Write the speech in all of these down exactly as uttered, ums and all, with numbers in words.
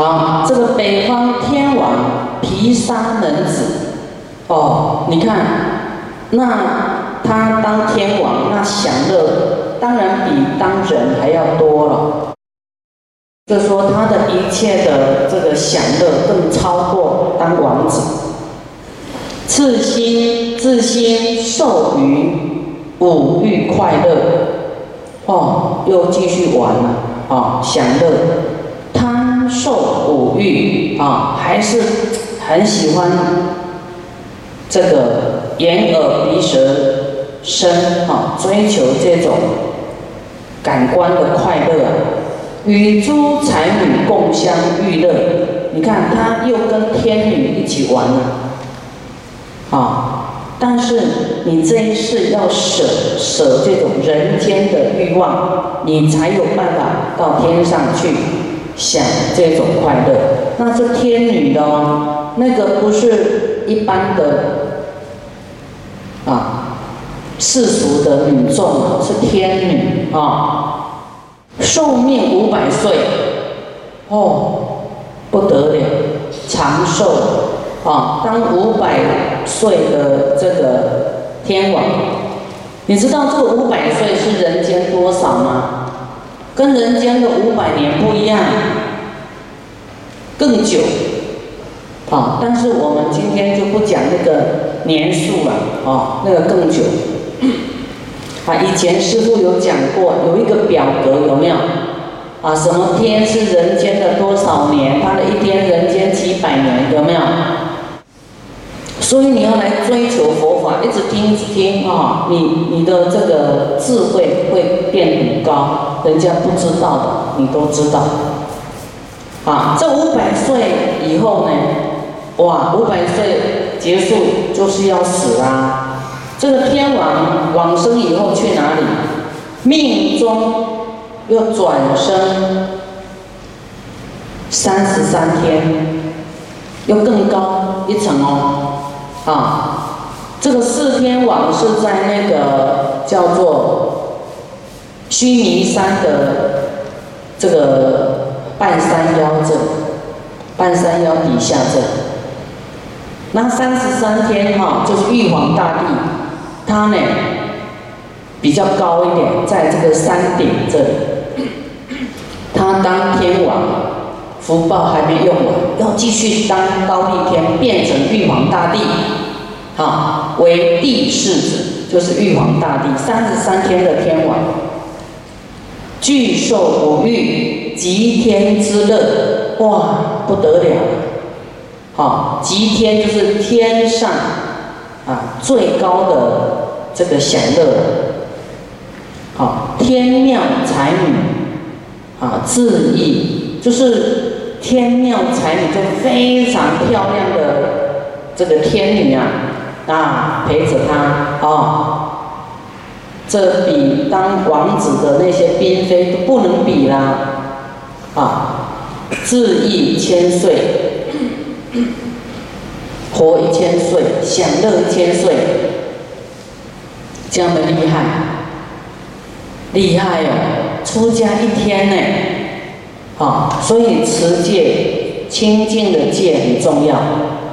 好，这个北方天王毗沙门子，哦，你看，那他当天王，那享乐当然比当人还要多了。就说他的一切的这个享乐更超过当王子。自心自心受于五欲快乐，哦，又继续玩了，哦，享乐。贪受五欲啊，还是很喜欢这个眼耳鼻舌身啊，追求这种感官的快乐啊，与诸才女共相娱乐。你看，他又跟天女一起玩了啊。但是你这一世要舍舍这种人间的欲望，你才有办法到天上去享这种快乐。那是天女的哦，那个不是一般的啊世俗的女众啊，是天女啊。寿命五百岁，哦，不得了，长寿啊！当五百岁的这个天王，你知道这个五百岁是人间多少吗？跟人间的五百年不一样，更久。啊，但是我们今天就不讲那个年数了，啊，那个更久。啊，以前师父有讲过，有一个表格，有没有？啊，什么天是人间的多少年？他的一天人间几百年，有没有？所以你要来追求佛法，一直听，一直听啊，你你的这个智慧会变很高，人家不知道的，你都知道。啊，这五百岁以后呢，哇，五百岁结束就是要死啦。这个天王往生以后去哪里？命中又转生三十三天，又更高一层哦。啊，这个四天王是在那个叫做须弥山的这个半山腰这，半山腰底下这。那三十三天哈、哦，就是玉皇大帝。他呢比较高一点，在这个山顶这里，他当天王，福报还没用完，要继续当高帝天，变成玉皇大帝，啊，为帝释子，就是玉皇大帝，三十三天的天王，具受五欲，极天之乐，哇，不得了，好，极天就是天上。啊，最高的这个享乐，好，天妙才女，啊，智意就是天妙才女，就非常漂亮的这个天女啊，啊，陪着他啊，这比当王子的那些嫔妃都不能比啦，啊，智意千岁。活一千岁，享乐一千岁，这样的厉害，厉害哦！出家一天呢，啊，所以持戒、清净的戒很重要。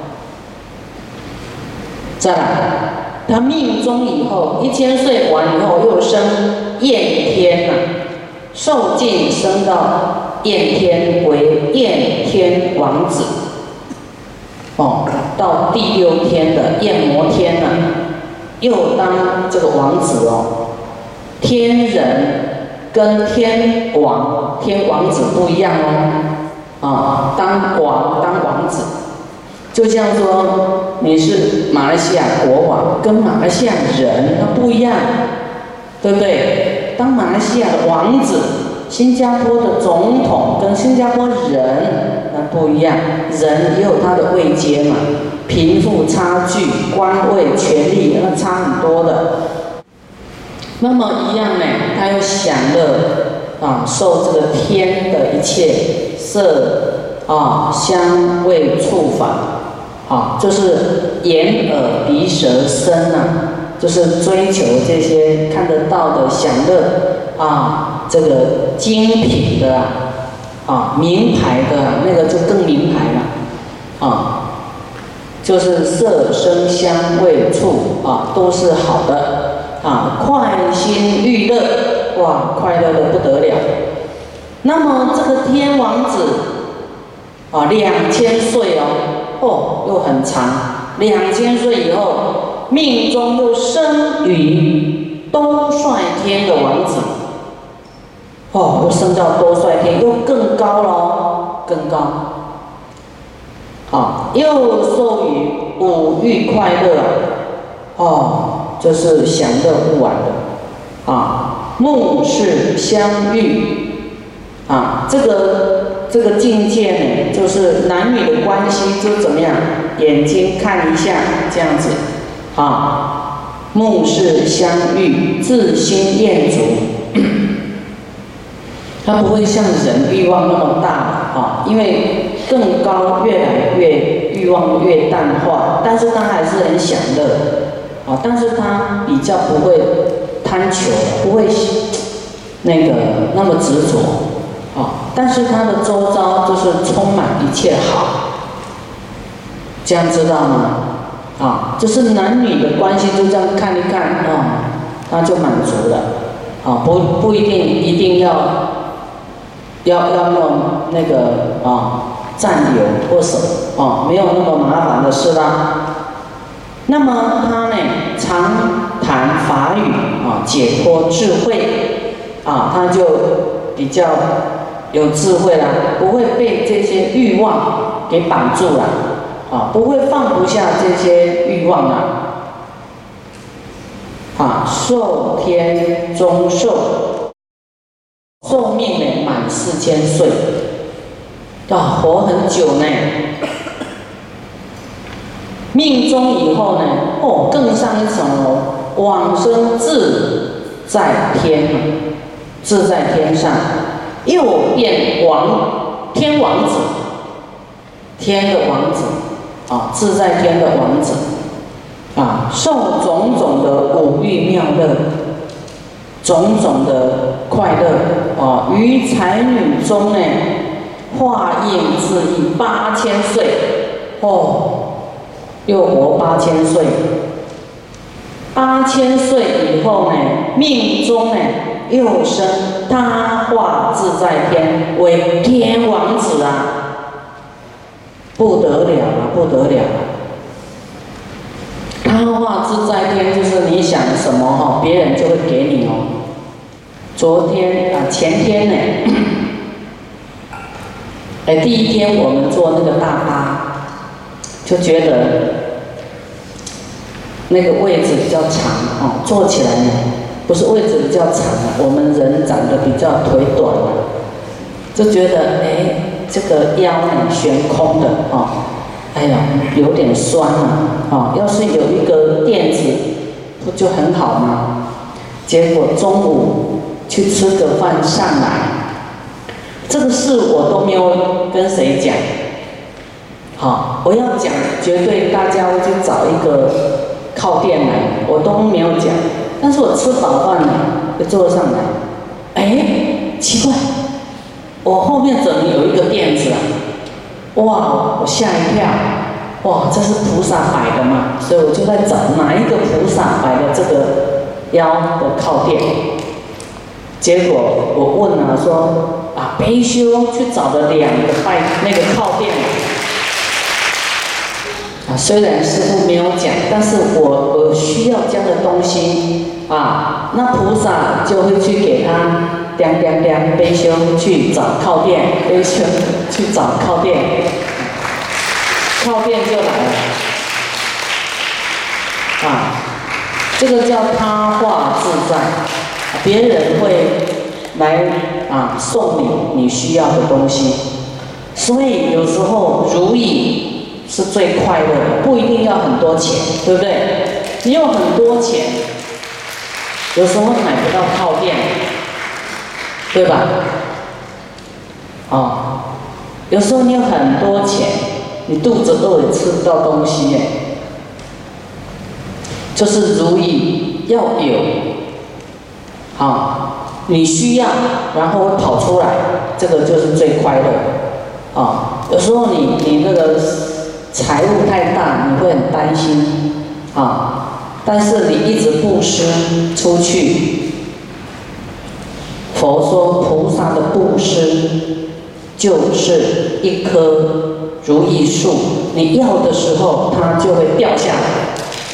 再来，他命中以后，一千岁完以后，又升焰天呐、啊，受尽升到焰天，为焰天王子。哦，到第六天的焰摩天呢、啊，又当这个王子哦。天人跟天王、天王子不一样哦。啊，当王当王子，就像说你是马来西亚国王，跟马来西亚人那不一样，对不对？当马来西亚的王子，新加坡的总统跟新加坡人。不一样，人也有他的位阶嘛，贫富差距、官位、权力，那差很多的。那么一样呢，他又享乐啊，受这个天的一切色啊、香味触法啊，就是眼耳鼻舌身啊，就是追求这些看得到的享乐啊，这个精品的啊。 啊，名牌的那个就更名牌了，啊，就是色声香味触啊，都是好的啊，快心欲乐，哇，快乐的不得了。那么这个天王子啊，两千岁哦，哦，又很长，两千岁以后，命中又生于兜率天的王子。哦，又升到兜率天，又更高了，更高。啊，又受于五欲快乐，哦，这是享乐不完的。啊，目视相遇，啊，这个这个境界呢，就是男女的关系，就怎么样，眼睛看一下这样子，啊，目视相遇，自心厌足。它不会像人欲望那么大啊，因为更高越来越欲望越淡化，但是它还是很享乐啊，但是它比较不会贪求，不会那个那么执着啊，但是它的周遭就是充满一切好，这样知道吗？啊，就是男女的关系就这样看一看啊，那就满足了啊，不不一定一定要。要要弄那个啊占有或什么啊，没有那么麻烦的事啦。那么他呢，常谈法语啊，解脱智慧啊，他就比较有智慧啦，不会被这些欲望给绑住了啊，不会放不下这些欲望啊。啊，寿天中寿。寿命呢满四千岁，啊，活很久呢。命中以后呢，哦，更上一层楼，往生自在天，自在天上，又变王天王子，天的王子，啊，自在天的王子，啊，受种种的五欲妙乐。种种的快乐啊，于才女中呢，化应自缢八千岁，哦，又活八千岁。八千岁以后呢，命中呢又生他化自在天为天王子啊，不得了啊，不得了啊！他化自在天就是你想什么哈，别人就会给你哦。昨天啊，前天呢，哎，第一天我们坐那个大巴，就觉得那个位置比较长哦，坐起来呢，不是位置比较长啊，我们人长得比较腿短啊，就觉得哎，这个腰呢悬空的哦，哎呀，有点酸啊，哦，要是有一个垫子，不就很好吗？结果中午。去吃个饭上来，这个事我都没有跟谁讲。好，我要讲，绝对大家会去找一个靠垫来，我都没有讲。但是我吃饱饭了，就坐上来，哎，奇怪，我后面怎么有一个垫子啊？哇，我吓一跳，哇，这是菩萨摆的嘛？所以我就在找哪一个菩萨摆的这个腰的靠垫。结果我问了说啊，悲修去找了两个拜那个靠垫啊，虽然师父没有讲，但是我我需要这样的东西啊，那菩萨就会去给他量量量，悲修去找靠垫，悲修去找靠垫，靠垫就来了啊，这个叫他化自在。别人会来啊送你你需要的东西，所以有时候如意是最快乐的，不一定要很多钱，对不对？你有很多钱，有时候买不到靠垫，对吧？哦，有时候你有很多钱，你肚子饿也吃不到东西耶。就是如意要有。啊， 你需要，然后会跑出来，这个就是最快乐啊。有时候你你那个财务太大，你会很担心啊，但是你一直布施出去，佛说菩萨的布施就是一棵如意树，你要的时候它就会掉下来。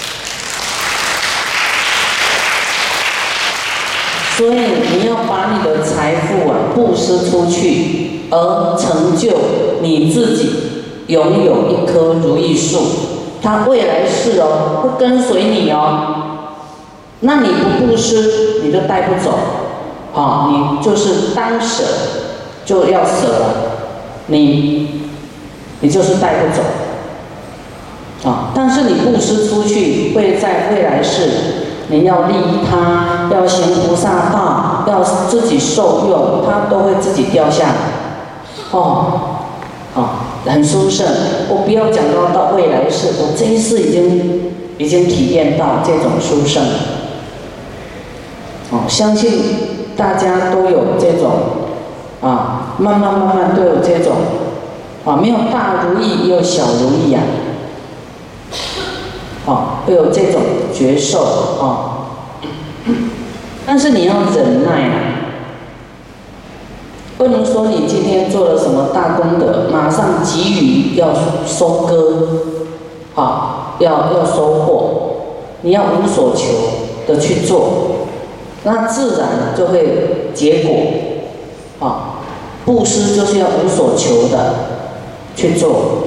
所以你要把你的财富啊布施出去，而成就你自己拥有一棵如意树，它未来世哦会跟随你哦。那你不布施，你就带不走，啊，你就是当舍就要舍了，你你就是带不走，啊，但是你布施出去，会在未来世。你要利他，要行菩萨道，要自己受用，它都会自己掉下来。哦，啊，很殊胜。我不要讲到到未来世，我这一世已经已经体验到这种殊胜了。哦，相信大家都有这种，啊，慢慢慢慢都有这种，啊，没有大如意，也有小如意呀、啊。啊，会有这种觉受啊，但是你要忍耐啊，不能说你今天做了什么大功德，马上急于要收割，啊，要要收获，你要无所求的去做，那自然就会结果，啊，布施就是要无所求的去做。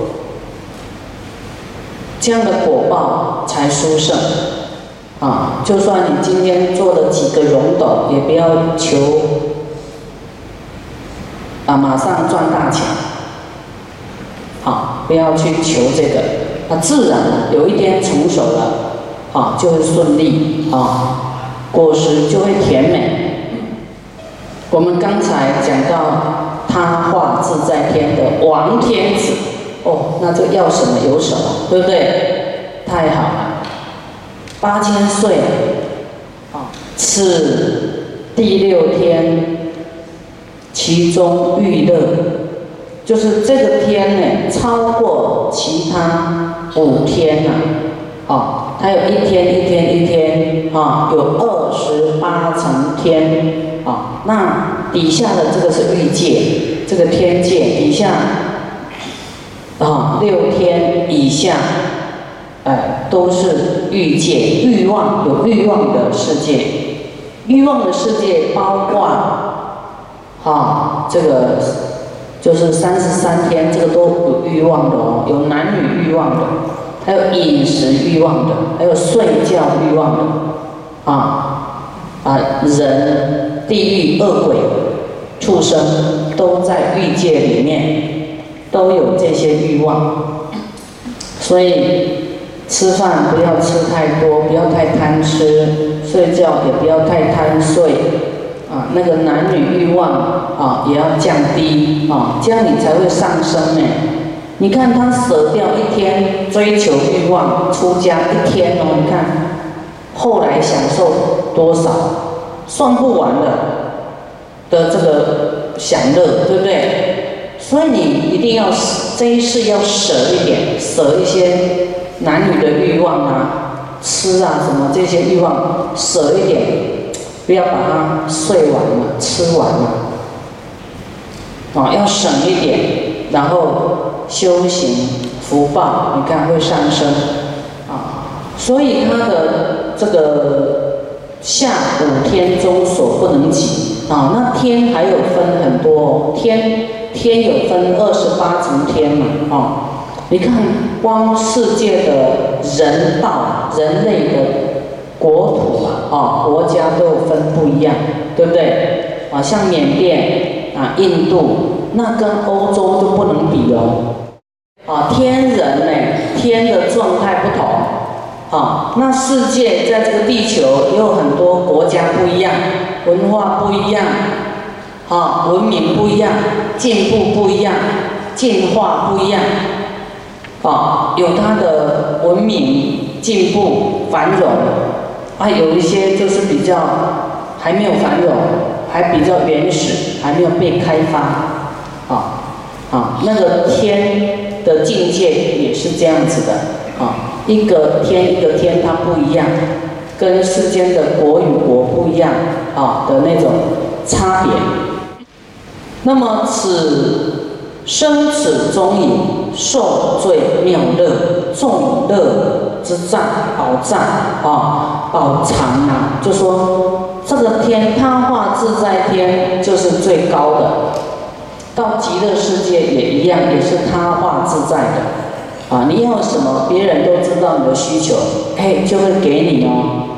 这样的果报才殊胜啊！就算你今天做了几个溶斗，也不要求啊马上赚大钱，啊，不要去求这个，啊，自然有一天成熟了，啊，就会顺利啊，果实就会甜美。我们刚才讲到他化自在天的王天子。哦，那就要什么有什么，对不对？太好了，八千岁啊！此第六天，其中欲乐，就是这个天呢，超过其他五天呐、啊，哦，它有一天一天一天啊，有二十八层天啊。那底下的这个是欲界，这个天界底下。啊，六天以下，哎，都是欲界，欲望有欲望的世界，欲望的世界包括，啊，这个就是三十三天，这个都有欲望的哦，有男女欲望的，还有饮食欲望的，还有睡觉欲望的，啊啊，人、地狱、恶鬼、畜生都在欲界里面。都有这些欲望，所以吃饭不要吃太多，不要太贪吃，睡觉也不要太贪睡，啊，那个男女欲望啊也要降低啊，这样你才会上升呢。你看他舍掉一天追求欲望，出家一天哦，你看后来享受多少，算不完的的这个享乐，对不对？所以你一定要这一世要舍一点，舍一些男女的欲望啊，吃啊什么这些欲望，舍一点，不要把它睡完了、吃完了，啊，要省一点，然后修行福报，你看会上升，啊，所以它的这个下五天中所不能及，啊，那天还有分很多天。天有分二十八层天嘛，哦，你看光世界的人道、人类的国土啊，哦，国家都有分不一样，对不对？啊，像缅甸啊、印度，那跟欧洲就不能比哦。啊，天人呢，天的状态不同，啊，那世界在这个地球也有很多国家不一样，文化不一样。啊，文明不一样，进步不一样，进化不一样，啊，有它的文明进步繁荣，啊，有一些就是比较还没有繁荣， 还比较原始，还没有被开发，啊啊，那个天的境界也是这样子的啊，一个天一个天它不一样，跟世间的国与国不一样啊的那种差别。那么此生此中矣，受罪妙乐，众乐之藏，宝藏啊，宝藏啊，就说这个天他化自在天就是最高的，到极乐世界也一样，也是他化自在的啊。你要什么，别人都知道你的需求，哎，就会给你哦。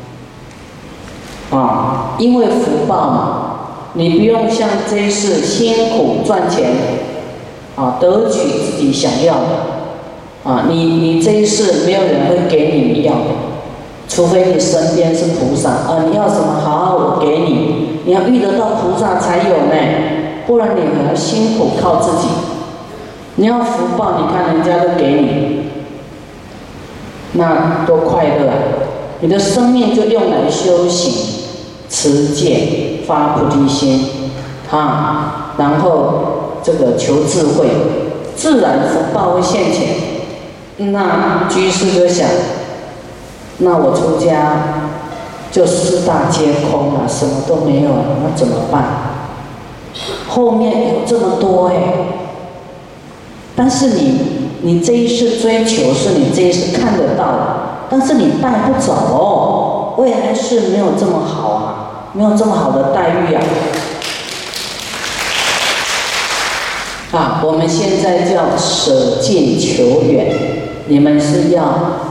啊，因为福报嘛，你不用像这一世辛苦赚钱，啊，得取自己想要的，啊，你你这一世没有人会给你你要的，除非你身边是菩萨，啊，你要什么好，我给你，你要遇得到菩萨才有呢，不然你还要辛苦靠自己。你要福报，你看人家都给你，那多快乐啊！你的生命就用来修行、持戒、发菩提心，啊，然后这个求智慧，自然福报会现前。那居士就想，那我出家就四大皆空了，什么都没有了，那怎么办？后面有这么多哎，但是你你这一世追求是你这一世看得到的，但是你带不走哦，未来世没有这么好啊，没有这么好的待遇啊。啊，我们现在叫舍近求远，你们是要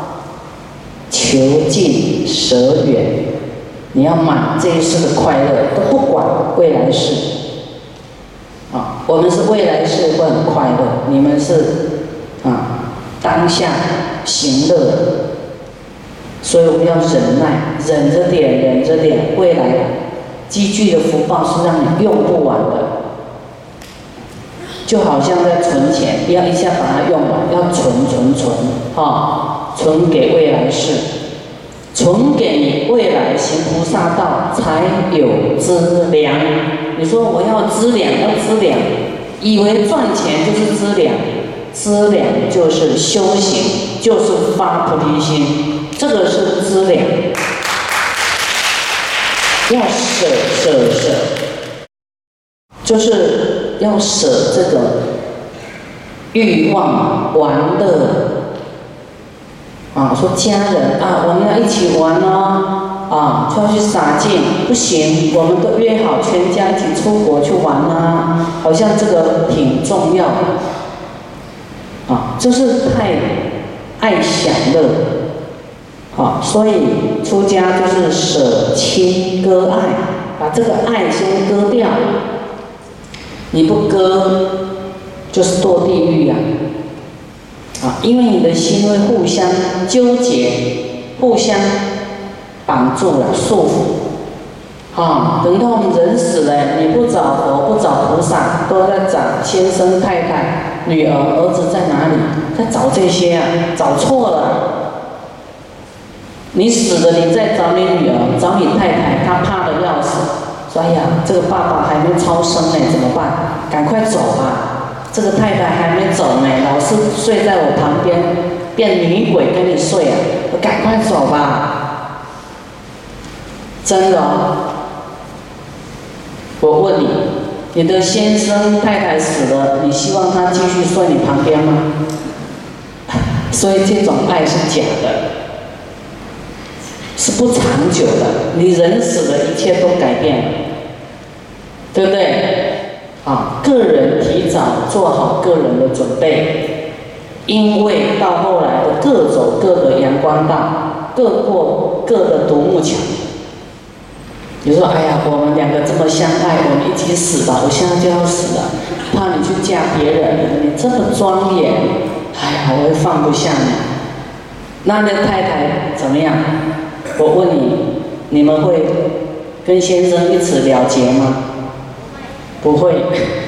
求近舍远，你要满这一世的快乐，都不管未来世。啊，我们是未来世会很快乐，你们是啊当下行乐，所以我们要忍耐，忍着点，忍着点，未来积聚的福报是让你用不完的。就好像在存钱，不要一下把它用完，要存存存，啊，存给未来世，存给你未来行菩萨道才有资粮。你说我要资粮，要资粮，以为赚钱就是资粮，资粮就是修行，就是发菩提心，这个是资粮。要舍舍舍，就是要舍这个欲望玩乐啊，说家人啊，我们要一起玩哦，啊，就要去洒净，不行，我们都约好全家一起出国去玩啊，好像这个挺重要的，啊，就是太爱享乐，啊，所以出家就是舍亲割爱，把这个爱先割掉。你不割，就是堕地狱啊！啊，因为你的心会互相纠结，互相绑住了、束缚。啊，等到我们人死了，你不找佛，不找菩萨，都在找先生、太太、女儿、儿子在哪里？在找这些啊，找错了。你死了，你再找你女儿，找你太太，她怕得要死。哎呀，这个爸爸还没超生呢，怎么办？赶快走吧！这个太太还没走呢，老是睡在我旁边，变女鬼跟你睡啊！我赶快走吧！真的哦，我问你，你的先生太太死了，你希望他继续睡你旁边吗？所以这种爱是假的，是不长久的。你人死了，一切都改变了。对不对？啊，个人提早做好个人的准备，因为到后来的各走各的阳光道，各过各的独木桥。你说，哎呀，我们两个这么相爱，我们一起死吧！我现在就要死了，怕你去嫁别人，你这么庄严，哎呀，我会放不下你。那那太太怎么样？我问你，你们会跟先生一起了结吗？不会。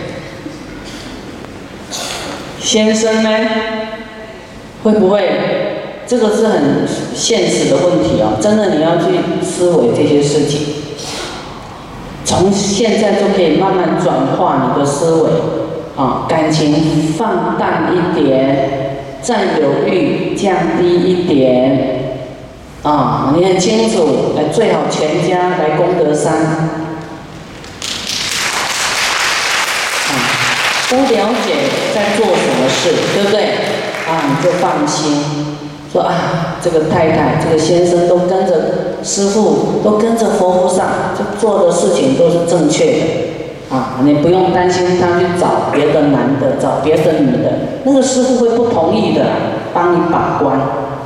先生呢？会不会？这个是很现实的问题哦，真的你要去思维这些事情。从从现在就可以慢慢转化你的思维，啊，感情放淡一点，占有欲降低一点，啊，你很清楚，哎，最好全家来功德山，啊，都了解在做什么事，对不对？啊，你就放心。说啊，这个太太、这个先生都跟着师父，都跟着佛菩萨，就做的事情都是正确的，啊，你不用担心他去找别的男的、找别的女的，那个师父会不同意的，帮你把关，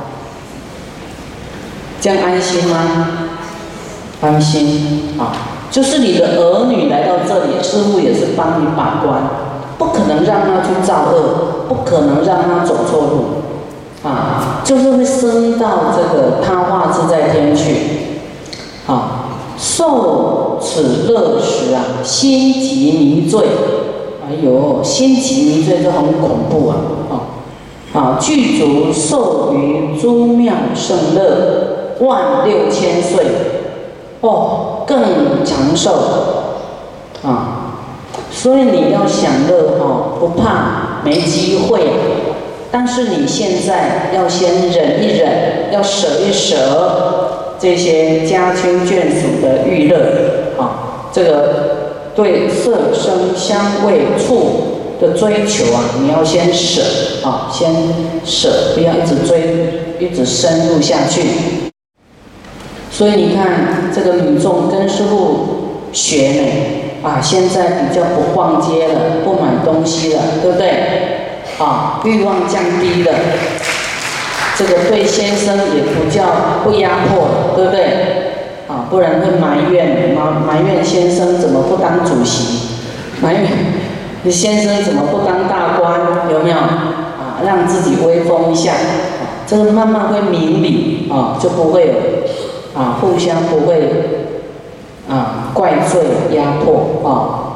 这样安心吗？安心啊，就是你的儿女来到这里，师父也是帮你把关，不可能让他去造恶，不可能让他走错路。啊，就是会升到这个他化自在天去，啊，受此乐时啊，心急迷醉，哎呦，心急迷醉就很恐怖啊，啊，啊，具足受于诸妙胜乐，万六千岁，哦，更长寿，啊，所以你要享乐哦，不怕没机会。但是你现在要先忍一忍，要舍一舍这些家亲眷属的欲乐啊，这个对色声香味触的追求啊，你要先舍啊，先舍，不要一直追，一直深入下去。所以你看，这个民众跟师父学呢，啊，现在比较不逛街了，不买东西了，对不对？啊，欲望降低了，这个对先生也不叫不压迫了，对不对？啊，不然会埋怨，埋埋怨先生怎么不当主席，埋怨你先生怎么不当大官，有没有？啊，让自己威风一下，啊，这个慢慢会明理啊，就不会有啊，互相不会啊怪罪压迫啊。